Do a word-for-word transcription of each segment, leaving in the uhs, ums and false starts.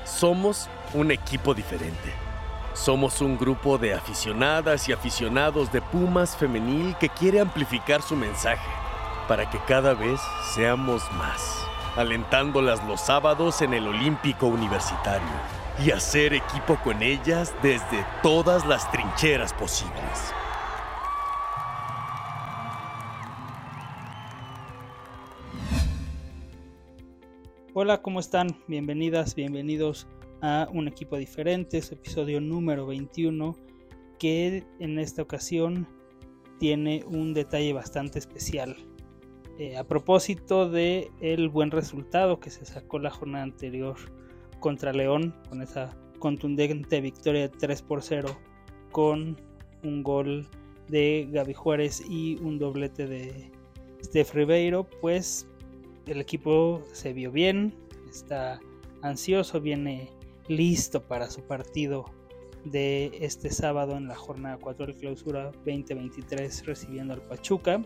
Somos un equipo diferente. Somos un grupo de aficionadas y aficionados de Pumas Femenil que quiere amplificar su mensaje para que cada vez seamos más, alentándolas los sábados en el Olímpico Universitario y hacer equipo con ellas desde todas las trincheras posibles. Hola, ¿cómo están? Bienvenidas, bienvenidos a Un Equipo Diferente, su episodio número veintiuno, que en esta ocasión tiene un detalle bastante especial. Eh, a propósito de el buen resultado que se sacó la jornada anterior contra León, con esa contundente victoria de tres por cero, con un gol de Gaby Juárez y un doblete de Steph Ribeiro, pues el equipo se vio bien, está ansioso, viene listo para su partido de este sábado en la jornada cuatro del Clausura veinte veintitrés, recibiendo al Pachuca.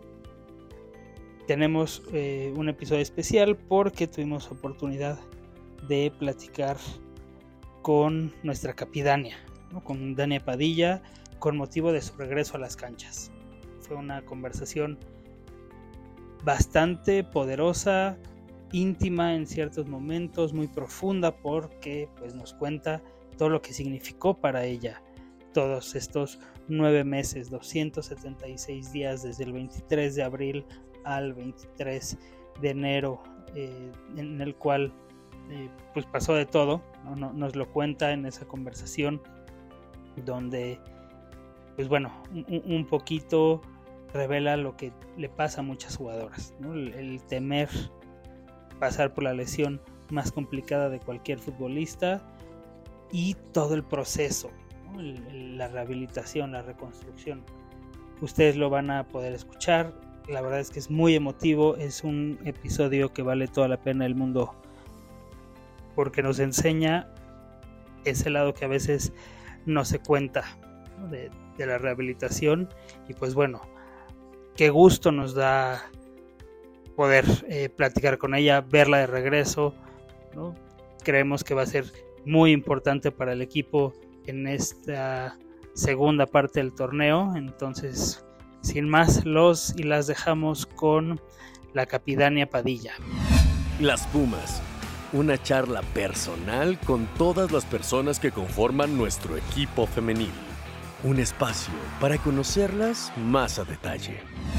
Tenemos eh, un episodio especial porque tuvimos oportunidad de platicar con nuestra capitania, ¿no? Con Dania Padilla, con motivo de su regreso a las canchas. Fue una conversación bastante poderosa, íntima en ciertos momentos, muy profunda, porque pues nos cuenta todo lo que significó para ella todos estos nueve meses, doscientos setenta y seis días desde el veintitrés de abril al veintitrés de enero, eh, en el cual eh, pues pasó de todo, ¿no? No, nos lo cuenta en esa conversación donde pues bueno, un, un poquito revela lo que le pasa a muchas jugadoras, ¿no? el, el temer pasar por la lesión más complicada de cualquier futbolista y todo el proceso, ¿no? el, el, la rehabilitación, la reconstrucción. Ustedes lo van a poder escuchar. La verdad es que es muy emotivo, es un episodio que vale toda la pena del mundo porque nos enseña ese lado que a veces no se cuenta, ¿no? de, de la rehabilitación. Y pues bueno, qué gusto nos da poder eh, platicar con ella, verla de regreso, ¿no? Creemos que va a ser muy importante para el equipo en esta segunda parte del torneo. Entonces, sin más, los y las dejamos con la capitania Padilla. Las Pumas, una charla personal con todas las personas que conforman nuestro equipo femenil. Un espacio para conocerlas más a detalle.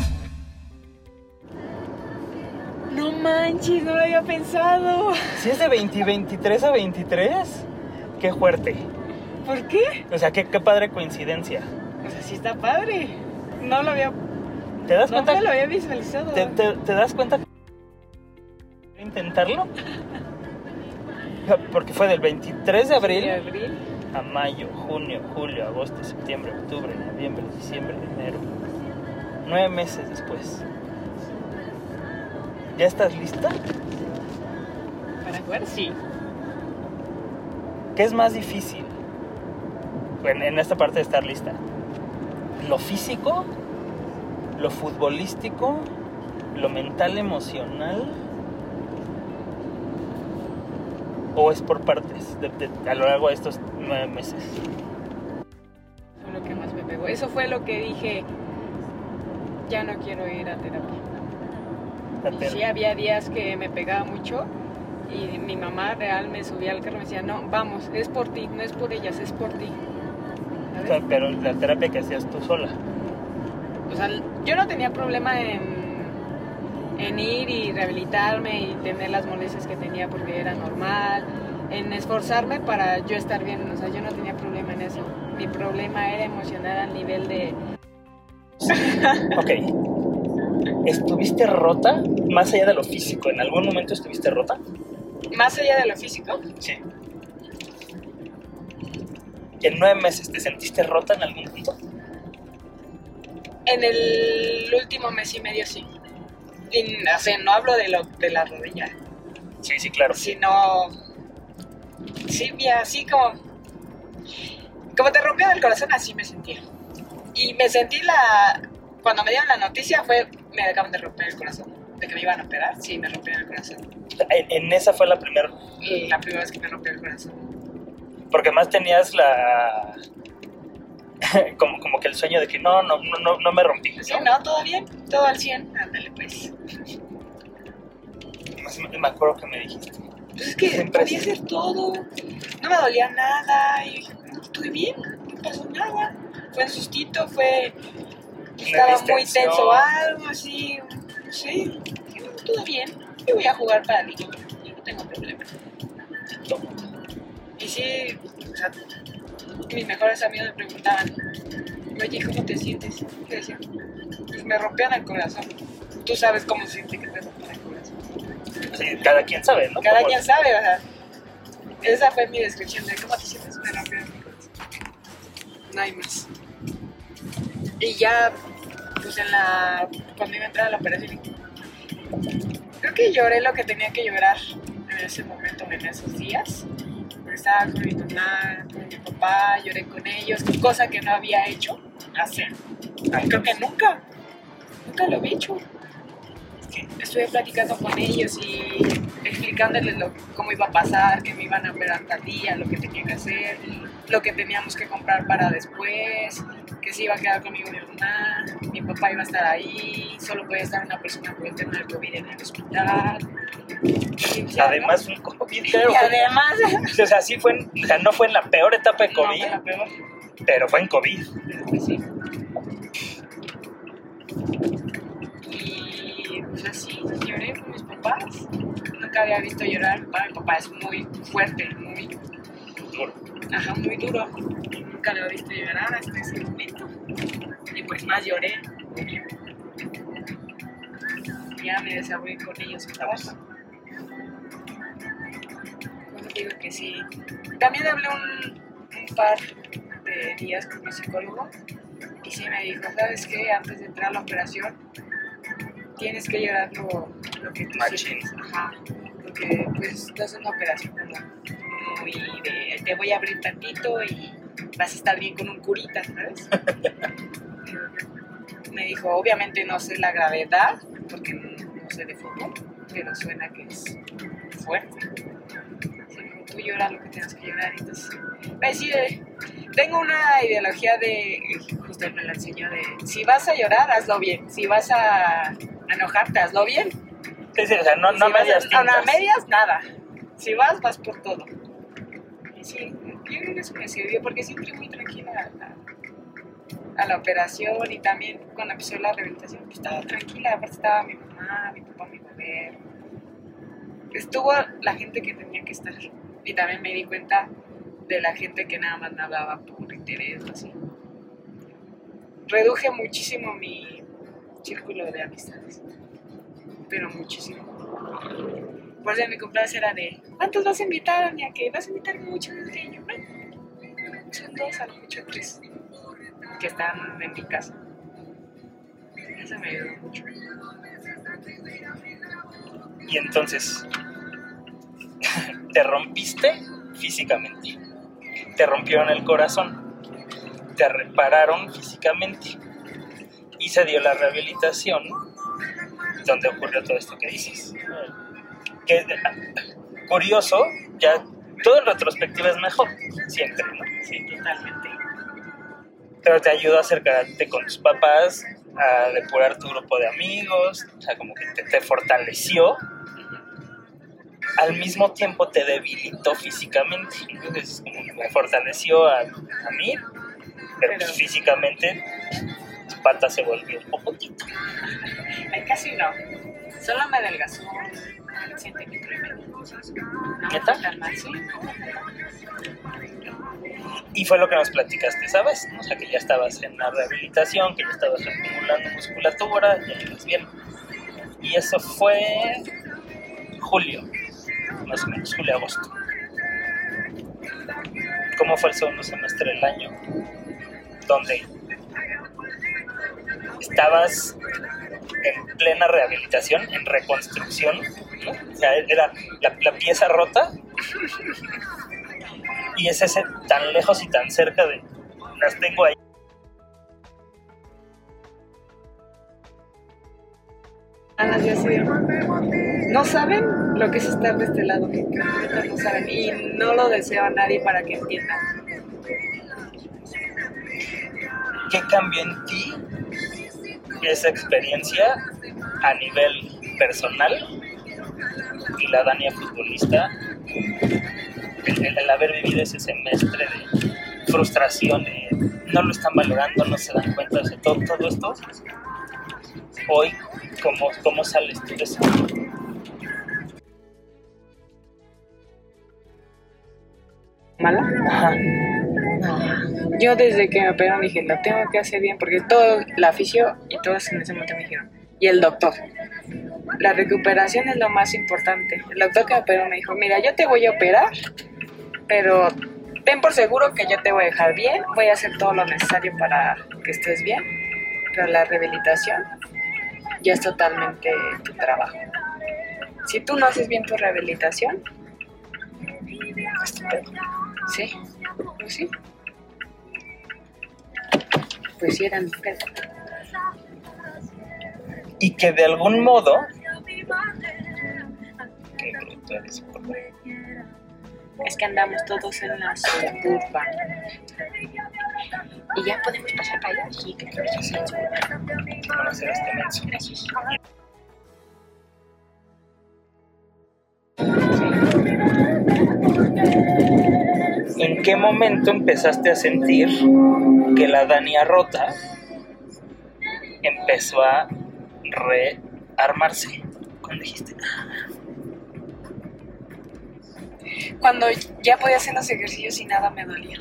No manches, no lo había pensado. ¿Si es de veinte, veintitrés a veintitrés? ¡Qué fuerte! ¿Por qué? O sea, qué, qué padre coincidencia. O sea, sí está padre. No lo había... ¿Te das no cuenta? No me lo había visualizado. ¿Te, te, te das cuenta? ¿Intentarlo? Porque fue del veintitrés de abril, sí, de abril a mayo, junio, julio, agosto, septiembre, octubre, noviembre, diciembre, enero. Nueve meses después. ¿Ya estás lista? Para jugar, sí. ¿Qué es más difícil en, en esta parte de estar lista? ¿Lo físico? ¿Lo futbolístico? ¿Lo mental, emocional? ¿O es por partes de, de, a lo largo de estos nueve meses? Fue lo que más me pegó. Eso fue lo que dije, ya no quiero ir a terapia. Y sí, había días que me pegaba mucho y mi mamá real me subía al carro y me decía, no, vamos, es por ti, no es por ellas, es por ti. O sea, pero la terapia que hacías tú sola. O sea, yo no tenía problema en, en ir y rehabilitarme y tener las molestias que tenía porque era normal, en esforzarme para yo estar bien. O sea, yo no tenía problema en eso. Mi problema era emocional al nivel de... Ok. ¿Estuviste rota más allá de lo físico? ¿En algún momento estuviste rota? ¿Más allá de lo físico? Sí. ¿En nueve meses te sentiste rota en algún punto? En el último mes y medio sí. Y, o sea, no hablo de, lo, de la rodilla. Sí, sí, claro. Sino... Sí, así como... Como te rompió el corazón, así me sentía. Y me sentí la... Cuando me dieron la noticia fue... Me acaban de romper el corazón. de que me iban a operar, sí, me rompieron el corazón. En, en esa fue la primera... La primera vez que me rompió el corazón. Porque más tenías la... como, como que el sueño de que no, no, no, no me rompí, ¿no? Sí, no, todo bien, todo al cien, ándale pues. Me acuerdo que me dijiste. Pues es que Siempre podía hacer todo, no me dolía nada y dije, estuve bien, no pasó nada. Fue un sustito, fue... Estaba muy tenso algo, así, no sé. Dije, no, todo bien, yo voy a jugar para mí, yo no tengo problema. Y sí, o sea, mis mejores amigos me preguntaban, oye, ¿cómo te sientes? Yo decía, pues me rompían el corazón. Tú sabes cómo se siente que te rompan el corazón. Sí, cada quien sabe, ¿no? Cada ¿Cómo? quien sabe, o sea, esa fue mi descripción de cómo te sientes, me rompieron el corazón. No hay más. Y ya, pues en la, cuando iba a entrar a la operación, creo que lloré lo que tenía que llorar en ese momento, en esos días. Estaba con mi mamá, con mi papá, lloré con ellos, cosa que no había hecho hacer. Creo que nunca, nunca lo había hecho. Estuve platicando con ellos y explicándoles lo, cómo iba a pasar, que me iban a operar tal día, lo que tenía que hacer, lo que teníamos que comprar para después, que se iba a quedar conmigo mi mamá, mi papá iba a estar ahí, solo podía estar una persona por el tema del COVID en el hospital. Y, además fue un COVID, pero y además, o sea, sí fue, en, o sea, no fue en la peor etapa de COVID, no fue la peor, pero fue en COVID. pues sí. Y pues así, lloré con mis papás. Nunca había visto llorar a mi papá. Mi papá es muy fuerte, muy Duro. Ajá, muy duro. Nunca lo había visto llorar hasta ese momento. Y pues más lloré. Ya me desahogué con ellos. Bueno, digo que sí. También hablé un, un par de días con mi psicólogo. Y sí me dijo, ¿sabes qué? Antes de entrar a la operación, tienes que llorar lo, lo que tú sientes. Ajá. Porque pues no es una operación como muy de, te voy a abrir tantito y vas a estar bien con un curita, ¿sabes? Me dijo, obviamente no sé la gravedad, porque no, no sé de fútbol, pero suena que es fuerte. Sí, tú lloras lo que tengas que llorar. Entonces, pues sí, eh, tengo una ideología de, justo él me la enseñó, de si vas a llorar, hazlo bien. Si vas a enojarte, hazlo bien. Sí, sí, o sea, no, no si medias a, tintas. No, no medias, nada. Si vas, vas por todo. Y sí, yo creo que eso me sirvió, porque sí entré muy tranquila a la, a la operación y también cuando empezó la rehabilitación, pues estaba tranquila. Aparte estaba mi mamá, mi papá, mi mujer. Estuvo la gente que tenía que estar. Y también me di cuenta de la gente que nada más me hablaba por interés, así. Reduje muchísimo mi círculo de amistades. Pero muchísimo. Por eso mi cumpleaños era de ¿cuántos vas a invitar, Ania? Que vas a invitar muchos. Y yo, no, son dos, a lo mucho tres que están en mi casa. Eso me ayudó mucho. Y entonces te rompiste físicamente, te rompieron el corazón, te repararon físicamente y se dio la rehabilitación donde ocurrió todo esto que dices. Que es curioso, ya todo en retrospectiva es mejor, siempre, ¿no? Sí, totalmente. Pero te ayudó a acercarte con tus papás, a depurar tu grupo de amigos, o sea, como que te, te fortaleció. Al mismo tiempo te debilitó físicamente. Entonces, como que me fortaleció a, a mí, pero, pero pues, físicamente tu pata se volvió un poquito. Ay, casi no. Solo me adelgazó un centímetro y medio. No, ¿Neta? Tan mal, sí. Y fue lo que nos platicaste, ¿sabes? O sea, que ya estabas en la rehabilitación, que ya estabas acumulando musculatura, ya ibas bien. Y eso fue julio, más o menos, julio-agosto. ¿Cómo fue el segundo semestre del año? Donde estabas en plena rehabilitación, en reconstrucción, ¿no? O sea, era la, la pieza rota. Y es ese tan lejos y tan cerca de las tengo ahí. A las Y así de, no saben lo que es estar de este lado, no saben, y no lo deseo a nadie para que entiendan. ¿Qué cambió en ti esa experiencia a nivel personal y la Dania futbolista, el, el, el haber vivido ese semestre de frustración, de no lo están valorando, no se dan cuenta de todo, todo esto? Hoy, ¿cómo, cómo sales tú de eso? ¿Mala? Ajá. Yo desde que me operaron dije, lo tengo que hacer bien, porque todo, la fisio y todos en ese momento me dijeron, y el doctor, la recuperación es lo más importante. El doctor que me operó me dijo, mira, yo te voy a operar, pero ten por seguro que yo te voy a dejar bien, voy a hacer todo lo necesario para que estés bien, pero la rehabilitación ya es totalmente tu trabajo. Si tú no haces bien tu rehabilitación, sí, pues sí. Pues sí, eran pedo. Y que de algún modo... Qué bruto eres, es que andamos todos en la suburban. Y ya podemos pasar para allá. Sí, que te sí. Vamos a hacer este menso. Gracias. ¿En qué momento empezaste a sentir que la Dania rota empezó a rearmarse? Cuando dijiste... Cuando ya podía hacer los ejercicios y nada me dolía.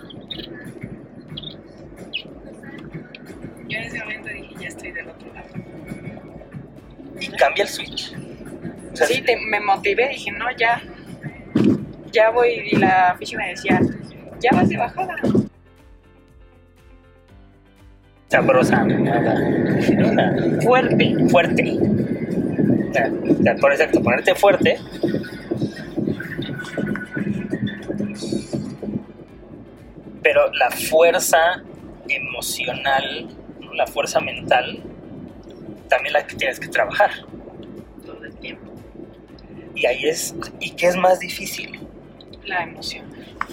Yo en ese momento dije, ya estoy del otro lado. Y cambia el switch. O sea, sí, te, me motivé, dije, no, ya, ya voy, y la fisio me decía, ya vas de bajada. Sabrosa, nada. Fuerte, fuerte. O sea, o sea, por exacto, ponerte fuerte. Pero la fuerza emocional, ¿no? La fuerza mental, también la que tienes que trabajar Todo el tiempo. Y ahí es, ¿y qué es más difícil? La emoción.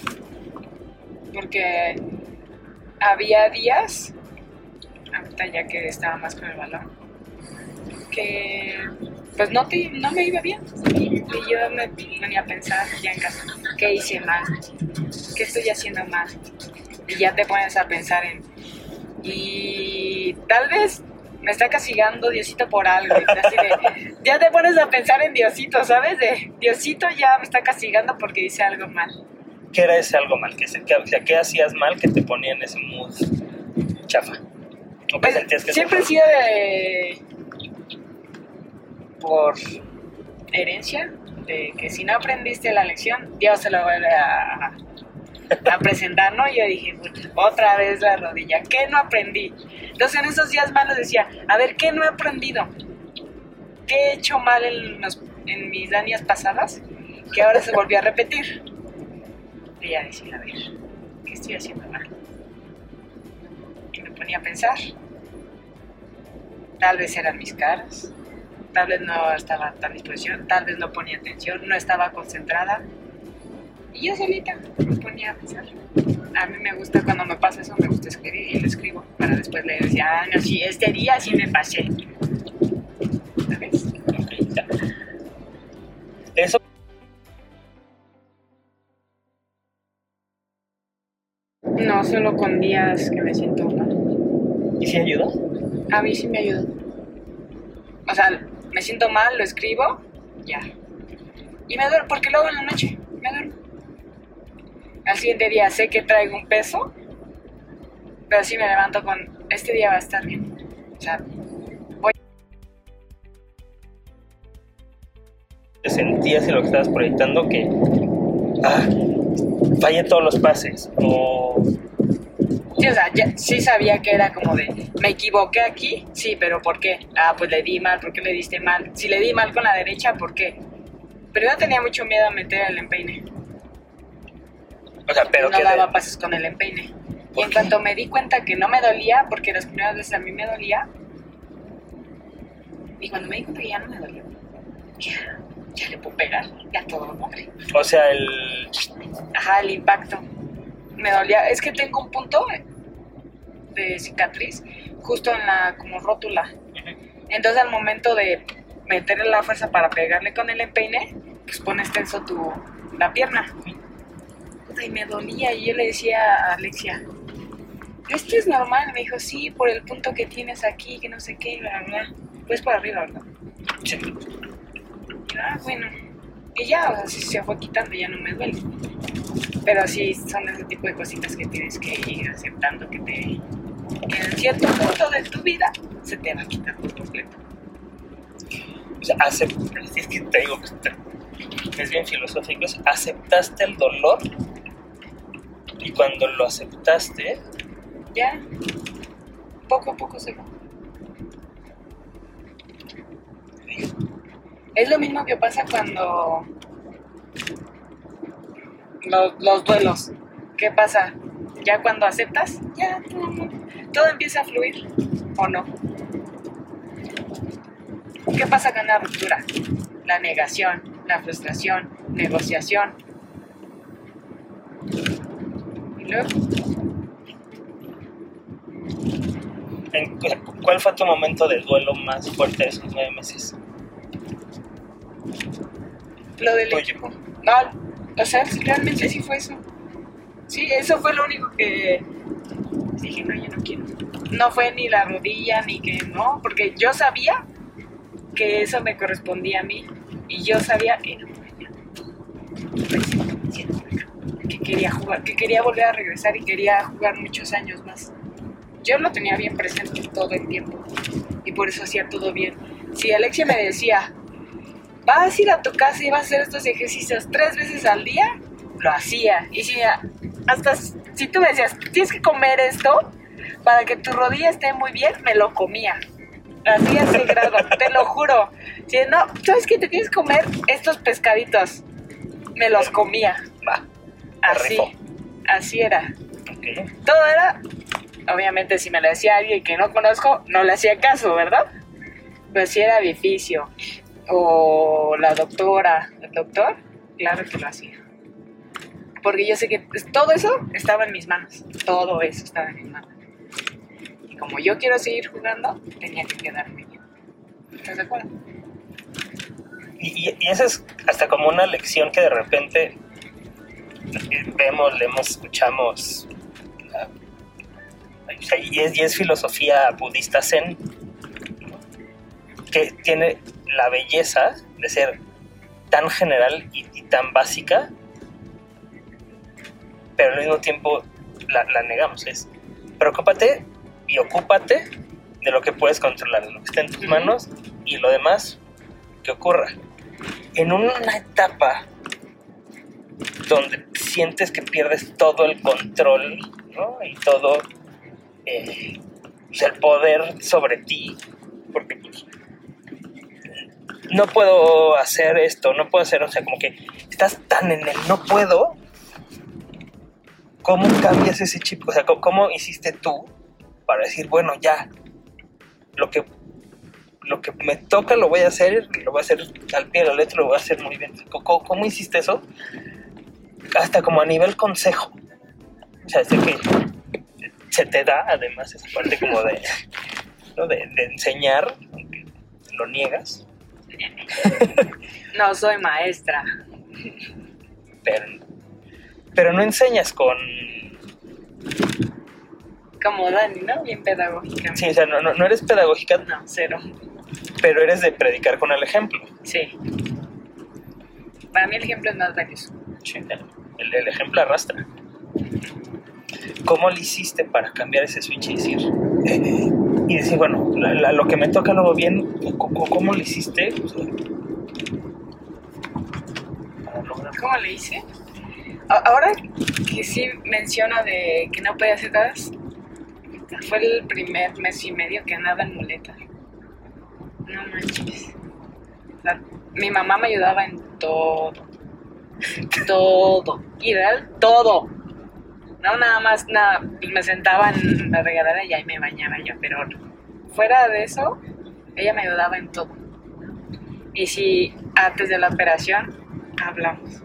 Porque había días, ahorita ya que estaba más con el balón, que pues no, te, no me iba bien. Y yo me venía a pensar ya en casa, ¿qué hice mal? ¿Qué estoy haciendo mal? Y ya te pones a pensar en, y tal vez me está castigando Diosito por algo. Así de, ya te pones a pensar en Diosito, ¿sabes? De Diosito ya me está castigando porque hice algo mal. ¿Qué era ese algo mal? ¿Qué, qué, qué hacías mal que te ponía en ese mood chafa? ¿O pues, sentías que siempre he sido de... por herencia, de que si no aprendiste la lección, Dios se lo vuelve a, a presentar, ¿no? Yo dije, otra vez la rodilla, ¿qué no aprendí? Entonces en esos días malos decía, a ver, ¿qué no he aprendido? ¿Qué he hecho mal en, los, en mis danias pasadas? Que ahora se volvió a repetir. Y ya decía, a ver, ¿qué estoy haciendo mal? Y me ponía a pensar. Tal vez eran mis caras, tal vez no estaba tan disposición, tal vez no ponía atención, no estaba concentrada. Y yo solita me ponía a pensar. A mí me gusta, cuando me pasa eso, me gusta escribir y lo escribo para después leer y decir, ah, no, sí, este día sí me pasé. ¿Sabes? Okay, ya. Eso. No, solo con días que me siento mal. ¿Y si ayuda? A mí sí me ayuda. O sea, me siento mal, lo escribo, ya. Y me duermo, porque luego en la noche me duermo. Al siguiente día sé que traigo un peso, pero sí me levanto con, este día va a estar bien. O sea, voy. ¿Te sentías en lo que estabas proyectando que ah, fallé todos los pases? O... Sí, o sea, ya, sí sabía que era como de, me equivoqué aquí, sí, pero ¿por qué? Ah, pues le di mal, ¿por qué le diste mal? Si le di mal con la derecha, ¿por qué? Pero yo tenía mucho miedo a meter el empeine. O sea, pero no que daba de... pases con el empeine. Y en cuanto me di cuenta que no me dolía, porque las primeras veces a mí me dolía, Y cuando me di cuenta que ya no me dolió, ya, ya le puedo pegar, ya todo hombre. O sea, el... Ajá, el impacto. Me dolía, es que tengo un punto de cicatriz justo en la como rótula. Entonces al momento de meterle la fuerza para pegarle con el empeine, pues pones tenso tu, la pierna. Y me dolía y yo le decía a Alexia, ¿esto es normal? Me dijo, sí, por el punto que tienes aquí, que no sé qué, bla, bla. Pues por arriba, ¿verdad? Sí. Y, ah, bueno. Y ya, o sea, se fue quitando, ya no me duele. Pero sí, son ese tipo de cositas que tienes que ir aceptando que te... que en cierto punto de tu vida se te va a quitar por completo. O sea, acept- es que te digo que es bien filosófico, es aceptaste el dolor y cuando lo aceptaste Ya, poco a poco se va. Es lo mismo que pasa cuando los, los duelos. ¿Qué pasa? Ya cuando aceptas, ya todo, todo empieza a fluir, ¿o no? ¿Qué pasa con la ruptura? La negación, la frustración, negociación. Y luego, ¿en cu- ¿cuál fue tu momento de duelo más fuerte de esos nueve meses? lo del Tuyo. equipo. No, o sea, realmente sí fue eso. Sí, eso fue lo único que dije, no, yo no quiero. No fue ni la rodilla, ni que no, porque yo sabía que eso me correspondía a mí. Y yo sabía que no, que quería jugar, que quería volver a regresar y quería jugar muchos años más. Yo lo tenía bien presente todo el tiempo y por eso hacía todo bien. Si Alexia me decía, vas a ir a tu casa y vas a hacer estos ejercicios tres veces al día, lo hacía. Y si hasta si tú me decías, tienes que comer esto para que tu rodilla esté muy bien, me lo comía. Así a ese grado, te lo juro. Si no, ¿sabes qué? Te tienes que comer estos pescaditos. Me los comía. Va. Así, rifo. así era. Okay. Todo era, obviamente si me lo decía alguien que no conozco, no le hacía caso, ¿verdad? Pero si era Bificio o la doctora, el doctor, claro que lo hacía. Porque yo sé que todo eso estaba en mis manos, todo eso estaba en mis manos. Y como yo quiero seguir jugando, tenía que quedarme bien. ¿Estás de acuerdo? Y, y, y esa es hasta como una lección que de repente vemos, leemos, escuchamos. O sea, y, es, y es filosofía budista zen, que tiene la belleza de ser tan general y, y tan básica, pero al mismo tiempo la, la negamos. Es, preocúpate y ocúpate de lo que puedes controlar, de lo que está en tus manos, y lo demás que ocurra. En una etapa donde sientes que pierdes todo el control, ¿no? Y todo eh, pues el poder sobre ti, porque pues, no puedo hacer esto, no puedo hacer, o sea, como que estás tan en el no puedo. ¿Cómo cambias ese chip? O sea, ¿cómo, cómo hiciste tú para decir, bueno, ya, lo que lo que me toca lo voy a hacer, lo voy a hacer al pie de la letra, lo voy a hacer muy bien? ¿Cómo, cómo hiciste eso? Hasta como a nivel consejo. O sea, sé que se te da además esa parte como de, ¿no? de, de enseñar, aunque lo niegas. No soy maestra. Pero, pero no enseñas con... Como Dani, ¿no? Bien pedagógica. Sí, o sea, no, no, no eres pedagógica. No, cero. Pero eres de predicar con el ejemplo. Sí. Para mí el ejemplo es más valioso. Sí, el, el ejemplo arrastra. ¿Cómo le hiciste para cambiar ese switch y decir, eh, y decir, bueno, la, la, lo que me toca lo hago bien? ¿Cómo, cómo le hiciste? O sea, para lograr... ¿Cómo le hice? Ahora que sí menciona de que no podía hacer nada, fue el primer mes y medio que andaba en muleta. No manches. O sea, mi mamá me ayudaba en todo. Todo. Ideal, todo. No, nada más, nada. Me sentaba en la regadera y ahí me bañaba yo, pero fuera de eso, ella me ayudaba en todo. Y si antes de la operación hablamos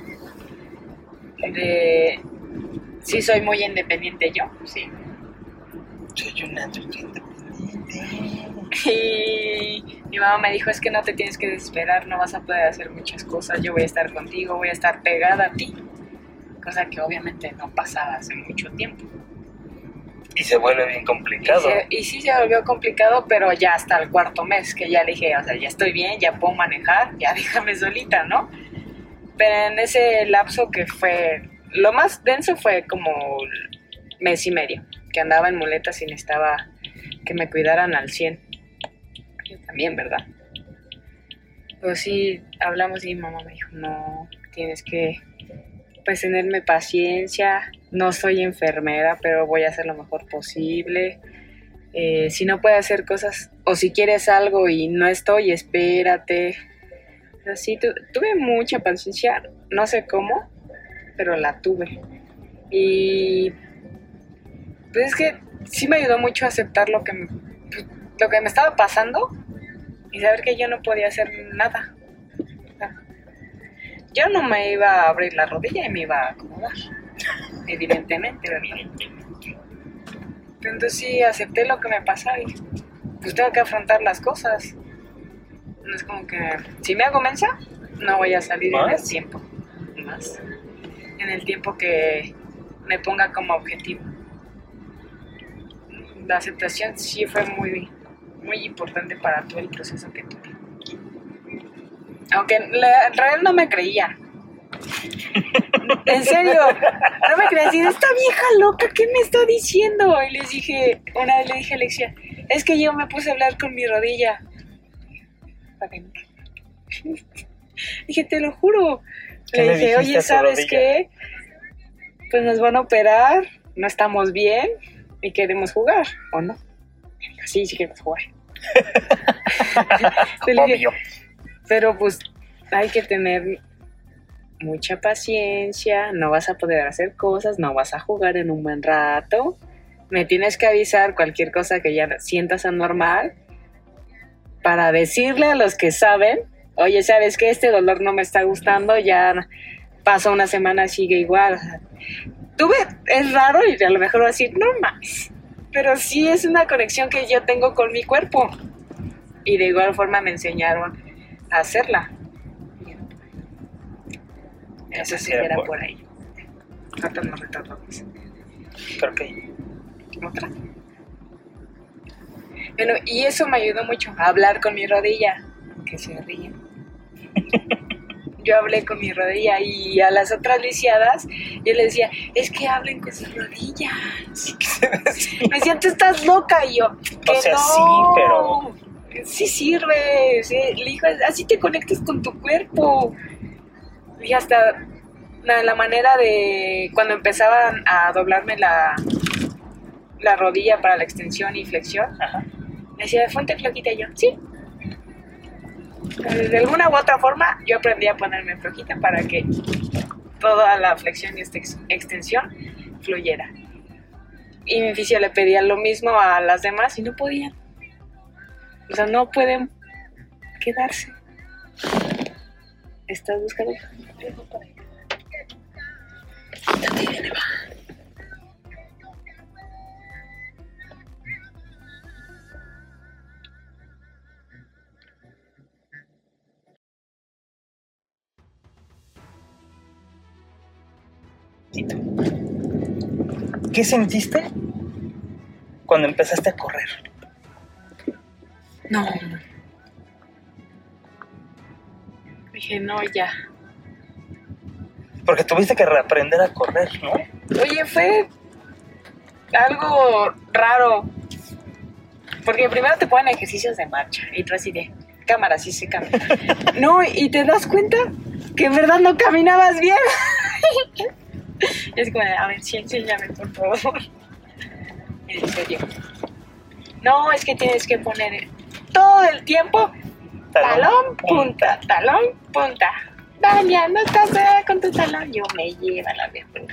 de si soy muy independiente yo, sí. Soy una adulta independiente. Y mi mamá me dijo, es que no te tienes que desesperar, no vas a poder hacer muchas cosas, yo voy a estar contigo, voy a estar pegada a ti. Cosa que obviamente no pasaba hace mucho tiempo. Y se vuelve bien complicado. Y, se, y sí se volvió complicado, pero ya hasta el cuarto mes, que ya le dije, o sea, ya estoy bien, ya puedo manejar, ya déjame solita, ¿no? Pero en ese lapso que fue, lo más denso fue como mes y medio, que andaba en muletas y necesitaba que me cuidaran al cien. Yo también, ¿verdad? Pues sí, hablamos y mi mamá me dijo, no, tienes que pues tenerme paciencia, no soy enfermera, pero voy a hacer lo mejor posible. Eh, si no puedes hacer cosas, o si quieres algo y no estoy, espérate. Así tu, tuve mucha paciencia, no sé cómo, pero la tuve. Y pues es que sí me ayudó mucho a aceptar lo que me, lo que me estaba pasando y saber que yo no podía hacer nada. Yo no me iba a abrir la rodilla y me iba a acomodar, evidentemente, ¿verdad? Entonces sí, acepté lo que me pasaba y pues tengo que afrontar las cosas. No es como que, si me hago mensa, no voy a salir en el tiempo, más, en el tiempo que me ponga como objetivo. La aceptación sí fue muy, muy importante para todo el proceso que tuve. Aunque en realidad no me creían. En serio, no me creían. Decían, esta vieja loca, ¿qué me está diciendo? Y les dije, una vez le dije a Alexia, es que yo me puse a hablar con mi rodilla. Dije, te lo juro. Le dije, oye, ¿sabes qué? Pues nos van a operar, no estamos bien y queremos jugar, ¿o no? Sí, sí queremos jugar. Le dije, pero pues hay que tener mucha paciencia, no vas a poder hacer cosas, no vas a jugar en un buen rato, me tienes que avisar cualquier cosa que ya sientas anormal para decirle a los que saben, oye, ¿sabes qué? Este dolor no me está gustando, ya pasó una semana, sigue igual. Tuve, es raro y a lo mejor voy a decir, no más, pero sí es una conexión que yo tengo con mi cuerpo y de igual forma me enseñaron a hacerla. Eso sí era por, por ahí. Faltan los retornos. Creo que otra. Bueno, y eso me ayudó mucho a hablar con mi rodilla. Que se ríen. Yo hablé con mi rodilla y a las otras lisiadas yo les decía, es que hablen con sus rodillas. Me decían, tú estás loca. Y yo, que o sea, no. Sí, pero sí sirve, sí. Le digo, así te conectas con tu cuerpo. Y hasta la, la manera de cuando empezaban a doblarme la, la rodilla para la extensión y flexión, ajá, me decía, ponte flojita. Y yo, sí. De alguna u otra forma yo aprendí a ponerme flojita para que toda la flexión y extensión fluyera. Y mi fisio le pedía lo mismo a las demás y no podían. O sea, no pueden quedarse. ¿Estás buscando? ¿Qué sentiste cuando empezaste a correr? No. Dije, no, ya. Porque tuviste que reaprender a correr, ¿no? Oye, fue algo raro. Porque primero te ponen ejercicios de marcha y tú así de cámara, sí se camina. No, y te das cuenta que en verdad no caminabas bien. Es como, a ver, sí, enséñame, por favor. En serio. No, es que tienes que poner todo el tiempo talón, talón punta, punta, talón, punta. Dalia, no estás eh, con tu talón. Yo me lleva la vergüenza.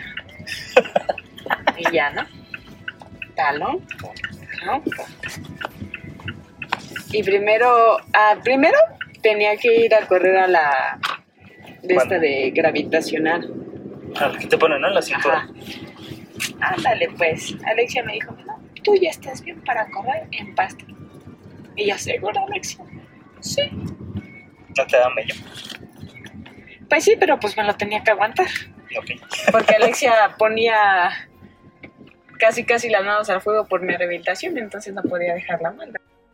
Y ya, ¿no? Talón, punta, talón, punta. Y primero, ah, primero tenía que ir a correr a la de ¿Cuándo? esta de gravitacional. Ah, ¿qué te ponen, no? En la cintura. Ajá. Ándale, pues. Alexia me dijo, no, tú ya estás bien para correr en pasta. Y ya seguro, Alexia. Sí. No te da mello. Pues sí, pero pues me lo tenía que aguantar. Ok. Porque Alexia ponía casi casi las manos al fuego por mi rehabilitación, entonces no podía dejarla mal.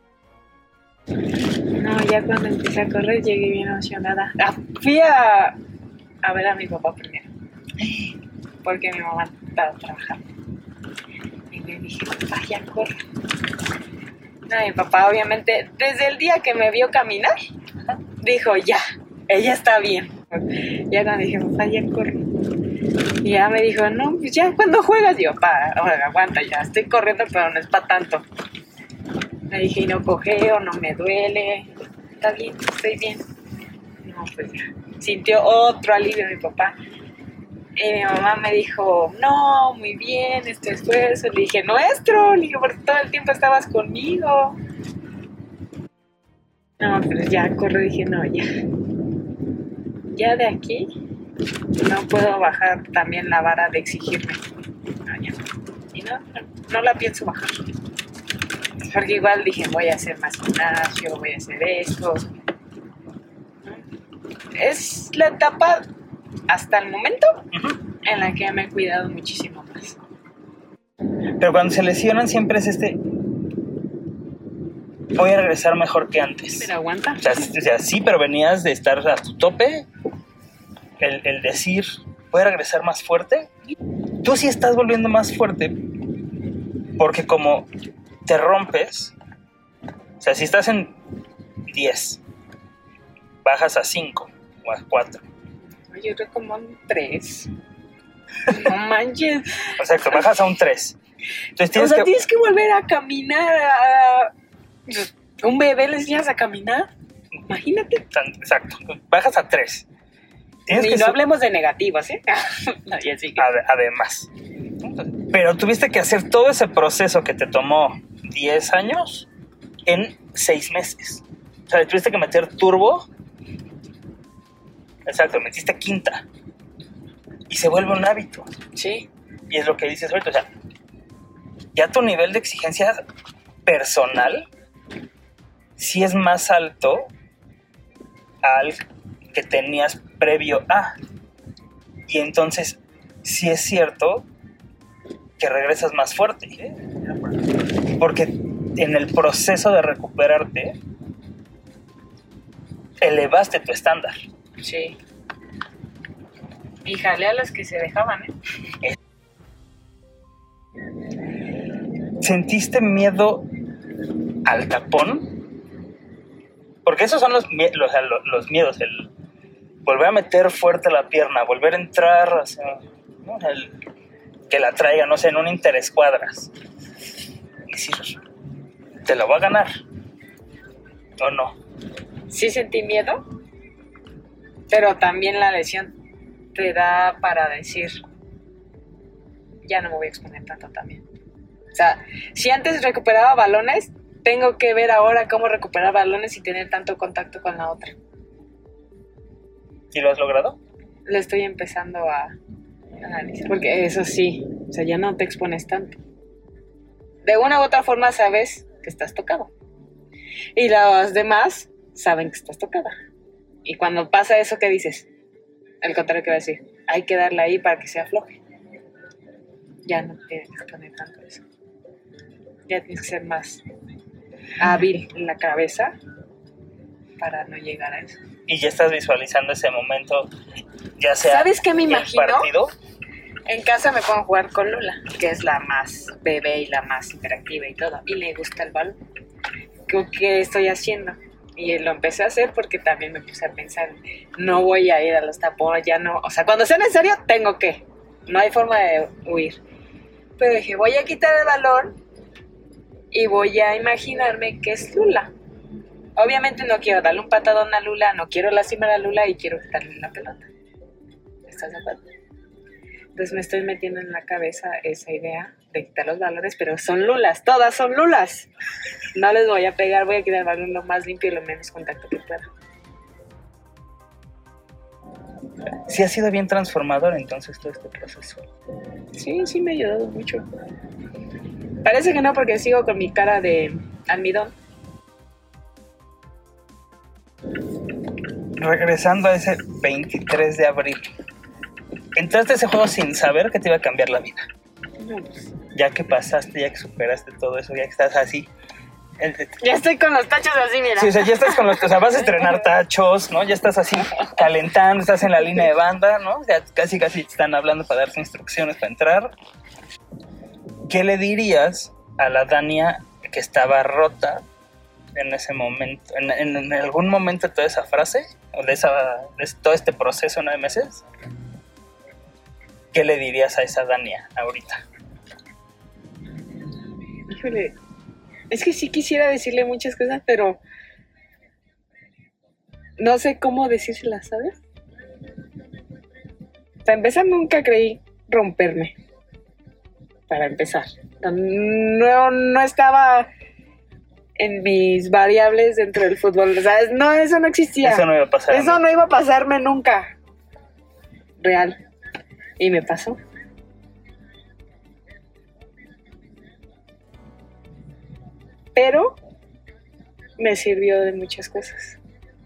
No, ya cuando empecé a correr llegué bien emocionada. Ah, fui a, a ver a mi papá primero, porque mi mamá estaba trabajando. Y le dije, papá, ya corre. No, mi papá obviamente, desde el día que me vio caminar, dijo, ya, ella está bien. Ya cuando dije, papá, ya corre. Y ya me dijo, no, pues ya, ¿cuándo juegas? Yo, papá, aguanta, ya, estoy corriendo, pero no es para tanto. Le dije, y no cojeo, no me duele, está bien, estoy bien. No, pues ya. Sintió otro alivio mi papá. Y mi mamá me dijo, no, muy bien, este esfuerzo. Le dije, nuestro, le dije, porque todo el tiempo estabas conmigo. No, pero ya corro, dije, no, ya. Ya de aquí no puedo bajar también la vara de exigirme. No, ya. Y no, no, no la pienso bajar. Porque igual dije, voy a hacer más gimnasio, voy a hacer esto. Es la etapa, hasta el momento, uh-huh, en la que me he cuidado muchísimo más. Pero cuando se lesionan siempre es este... Voy a regresar mejor que antes. Pero aguanta. O sea, o sea sí, pero venías de estar a tu tope. El, el decir, voy a regresar más fuerte. Tú sí estás volviendo más fuerte porque como... te rompes, o sea, si estás en diez, bajas a cinco o a cuatro. Yo creo como un tres. No manches. O sea, que bajas a un tres. Entonces tienes, o sea, que... tienes que volver a caminar. A... ¿Un bebé le enseñas a caminar? Imagínate. Exacto, bajas a tres. Tienes y que no su... hablemos de negativas, ¿eh? No, ya sigue. Ad- además. Pero tuviste que hacer todo ese proceso que te tomó diez años en seis meses. O sea, tuviste que meter turbo. Exacto, metiste quinta. Y se vuelve un hábito. Sí. Y es lo que dices ahorita. O sea, ya tu nivel de exigencia personal sí es más alto al que tenías previo a. Y entonces, sí es cierto que regresas más fuerte, ¿eh? Porque en el proceso de recuperarte elevaste tu estándar. Sí. Y jalé a los que se dejaban, ¿eh? ¿Sentiste miedo al tapón? Porque esos son los, los, los miedos, el volver a meter fuerte la pierna, volver a entrar, o sea, ¿no? el, que la traiga, no sé, en un interescuadras. Y decir, ¿te la voy a ganar? ¿O no? Sí sentí miedo, pero también la lesión te da para decir, ya no me voy a exponer tanto también. O sea, si antes recuperaba balones, tengo que ver ahora cómo recuperar balones y tener tanto contacto con la otra. ¿Y lo has logrado? Lo estoy empezando a analizar, porque eso sí, o sea, ya no te expones tanto. De una u otra forma sabes que estás tocado. Y los demás saben que estás tocada. Y cuando pasa eso, ¿qué dices? El contrario que va a decir, hay que darle ahí para que se afloje. Ya no tienes que exponer tanto eso. Ya tienes que ser más hábil en la cabeza para no llegar a eso. Y ya estás visualizando ese momento, ya sea ¿sabes qué me imagino? Partido. En casa me pongo a jugar con Lula, que es la más bebé y la más interactiva y todo, y le gusta el balón. ¿Qué, qué estoy haciendo? Y lo empecé a hacer porque también me puse a pensar, no voy a ir a los tapones, ya no, o sea, cuando sea necesario tengo que, no hay forma de huir. Pero dije, voy a quitar el balón y voy a imaginarme que es Lula. Obviamente no quiero darle un patadón a Lula, no quiero lastimar a Lula y quiero quitarle la pelota. ¿Estás de acuerdo? Entonces me estoy metiendo en la cabeza esa idea de quitar los balones, pero son lulas, todas son lulas. No les voy a pegar, voy a quitar el balón lo más limpio y lo menos contacto que pueda. Sí ha sido bien transformador entonces todo este proceso. Sí, sí me ha ayudado mucho. Parece que no, porque sigo con mi cara de almidón. Regresando a ese veintitrés de abril, entraste a ese juego sin saber que te iba a cambiar la vida. No, pues. Ya que pasaste, ya que superaste todo eso, ya que estás así. El, ya estoy con los tachos así, mira. Sí, o sea, ya estás con los... O sea, vas a estrenar tachos, ¿no? Ya estás así calentando, estás en la línea de banda, ¿no? Ya casi, casi te están hablando para darte instrucciones para entrar. ¿Qué le dirías a la Dania que estaba rota en ese momento? ¿En, en, en algún momento de toda esa frase? ¿O de, esa, de todo este proceso de nueve meses? ¿Qué le dirías a esa Dania ahorita? Híjole... Es que sí quisiera decirle muchas cosas, pero no sé cómo decírselas, ¿sabes? Para empezar, nunca creí romperme. Para empezar. No, no estaba en mis variables dentro del fútbol, ¿sabes? No, eso no existía. Eso no iba a pasar. Eso no iba a pasarme nunca. Real. Y me pasó. Pero me sirvió de muchas cosas.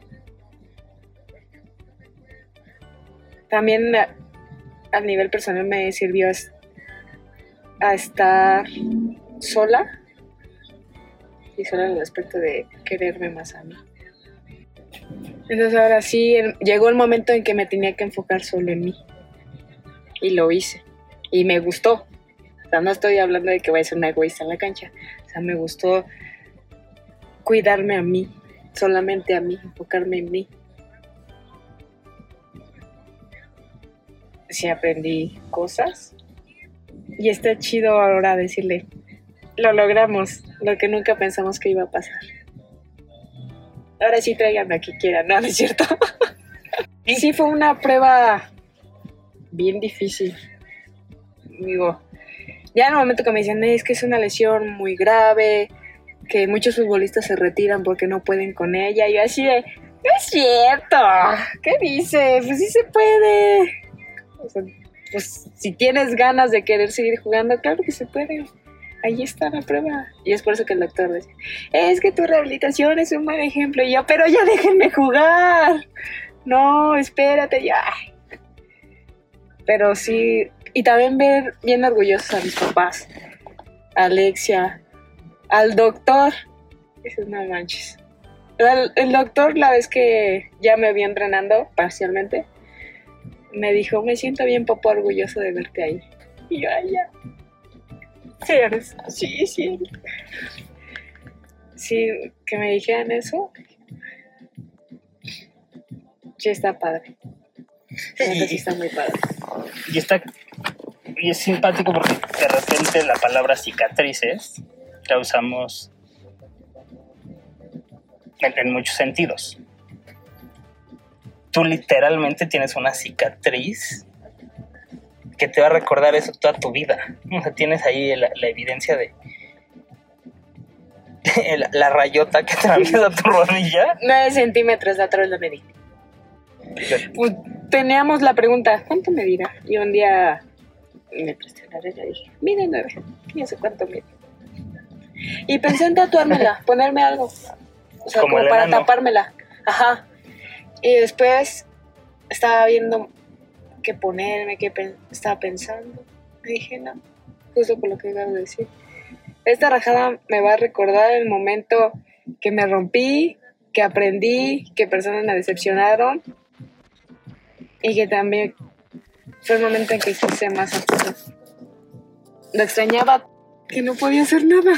También a, a nivel personal me sirvió a, a estar sola y sola en el aspecto de quererme más a mí. Entonces ahora sí, el, llegó el momento en que me tenía que enfocar solo en mí y lo hice y me gustó. O sea, no estoy hablando de que voy a ser una egoísta en la cancha. O sea, me gustó cuidarme a mí, solamente a mí, enfocarme en mí. Sí aprendí cosas y está chido ahora decirle, lo logramos, lo que nunca pensamos que iba a pasar. Ahora sí tráiganme a quien quieran, ¿no? ¿No es cierto? Y sí fue una prueba bien difícil. Digo, ya en el momento que me decían, es que es una lesión muy grave, que muchos futbolistas se retiran porque no pueden con ella, y yo así de, no es cierto, ¿qué dice? Pues sí se puede. O sea, pues si tienes ganas de querer seguir jugando, claro que se puede. Ahí está la prueba. Y es por eso que el doctor decía, es que tu rehabilitación es un buen ejemplo. Y yo, pero ya déjenme jugar. No, espérate ya. Pero sí, y también ver bien orgullosos a mis papás, a Alexia, al doctor. Eso no manches. El, el doctor, la vez que ya me había entrenando parcialmente, me dijo, me siento bien poco orgulloso de verte ahí. Y yo, ay, ya. Sí, eres. Sí, sí. Sí, que me dijeran eso. Sí, está padre. Sí, sí está muy padre. Y está... Y es simpático porque de repente la palabra cicatrices la usamos en, en muchos sentidos. Tú literalmente tienes una cicatriz que te va a recordar eso toda tu vida. O sea, tienes ahí la, la evidencia de, de la, la rayota que atraviesa tu rodilla. nueve centímetros atrás la medí. Pues teníamos la pregunta, ¿cuánto medirá? Y un día me presté la regla y dije, mide nueve, no sé cuánto mide. Y pensé en tatuármela, ponerme algo. O sea, como, como para enano. Tapármela. Ajá. Y después estaba viendo qué ponerme, qué pen- estaba pensando. Y dije, no, justo por lo que acabo de decir. Esta rajada me va a recordar el momento que me rompí, que aprendí, que personas me decepcionaron y que también fue el momento en que quise más a cosas. Lo extrañaba, que no podía hacer nada.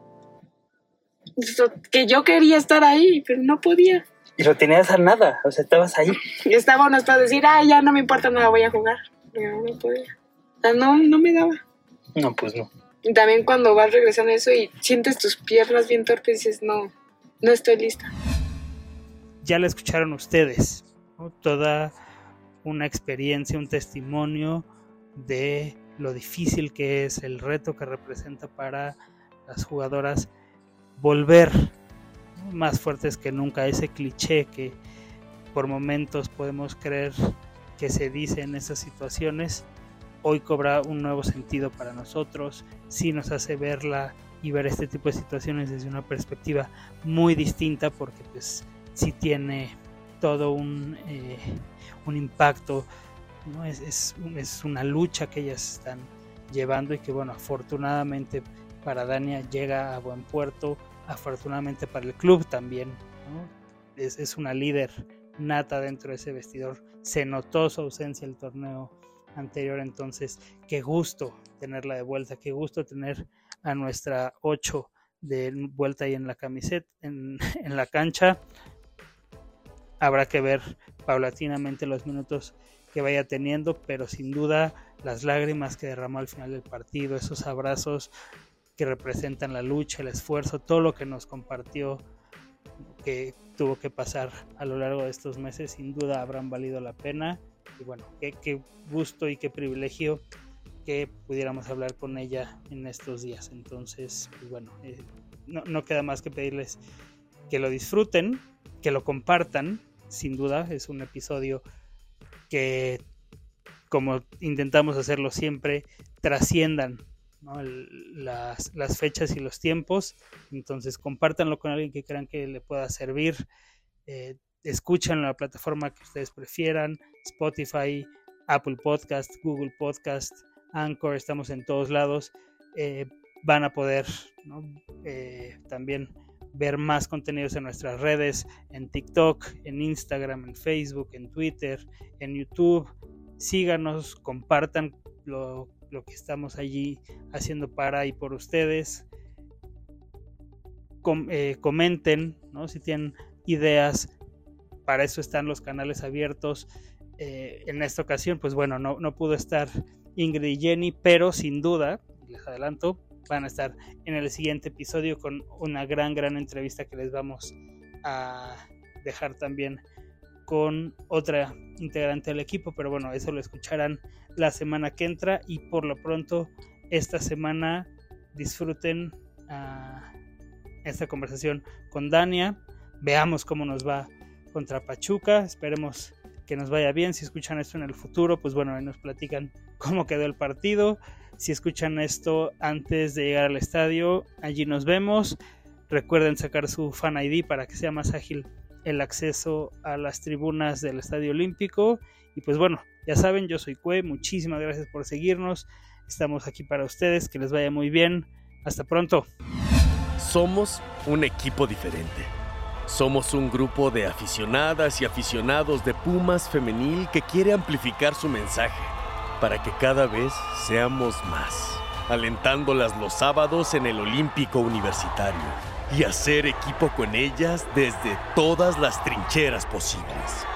Que yo quería estar ahí, pero no podía. Y no tenías a nada, o sea, estabas ahí. Y estaba unos para decir, ah, ya no me importa nada, voy a jugar. Pero no podía. O sea, no, no me daba. No, pues no. Y también cuando vas regresando a eso y sientes tus piernas bien torpes, dices, no, no estoy lista. Ya la escucharon ustedes, ¿no? Toda una experiencia, un testimonio de lo difícil que es, el reto que representa para las jugadoras volver más fuertes que nunca. Ese cliché que por momentos podemos creer que se dice en esas situaciones, hoy cobra un nuevo sentido para nosotros. Sí nos hace verla y ver este tipo de situaciones desde una perspectiva muy distinta, porque pues sí tiene todo un, eh, un impacto, ¿no? Es, es, es una lucha que ellas están llevando y que, bueno, afortunadamente para Dania llega a buen puerto, afortunadamente para el club también, ¿no? Es, es una líder nata dentro de ese vestidor. Se notó su ausencia el torneo anterior, entonces qué gusto tenerla de vuelta, qué gusto tener a nuestra ocho de vuelta ahí en la camiseta, en, en la cancha. Habrá que ver paulatinamente los minutos que vaya teniendo, pero sin duda las lágrimas que derramó al final del partido, esos abrazos que representan la lucha, el esfuerzo, todo lo que nos compartió, que tuvo que pasar a lo largo de estos meses, sin duda habrán valido la pena. Y bueno, qué, qué gusto y qué privilegio que pudiéramos hablar con ella en estos días. Entonces, pues bueno, eh, no, no queda más que pedirles que lo disfruten, que lo compartan. Sin duda es un episodio que, como intentamos hacerlo siempre, trasciendan, ¿no? El, las, las fechas y los tiempos. Entonces compártanlo con alguien que crean que le pueda servir. Eh, escuchan la plataforma que ustedes prefieran: Spotify, Apple Podcast, Google Podcast, Anchor, estamos en todos lados. Eh, van a poder, ¿no? eh, también ver más contenidos en nuestras redes, en TikTok, en Instagram, en Facebook, en Twitter, en YouTube. Síganos, compartan lo, lo que estamos allí haciendo para y por ustedes. Com, eh, comenten, ¿no? Si tienen ideas, para eso están los canales abiertos. Eh, en esta ocasión, pues bueno, no, no pudo estar Ingrid y Jenny, pero sin duda, les adelanto, van a estar en el siguiente episodio con una gran, gran entrevista que les vamos a dejar también con otra integrante del equipo, pero bueno, eso lo escucharán la semana que entra. Y por lo pronto, esta semana disfruten uh, esta conversación con Dania. Veamos cómo nos va contra Pachuca, esperemos que nos vaya bien. Si escuchan esto en el futuro, pues bueno, ahí nos platican cómo quedó el partido. Si escuchan esto antes de llegar al estadio, allí nos vemos. Recuerden sacar su Fan I D para que sea más ágil el acceso a las tribunas del Estadio Olímpico. Y pues bueno, ya saben, yo soy Cue, muchísimas gracias por seguirnos. Estamos aquí para ustedes, que les vaya muy bien. Hasta pronto. Somos un equipo diferente. Somos un grupo de aficionadas y aficionados de Pumas Femenil que quiere amplificar su mensaje para que cada vez seamos más, alentándolas los sábados en el Olímpico Universitario y hacer equipo con ellas desde todas las trincheras posibles.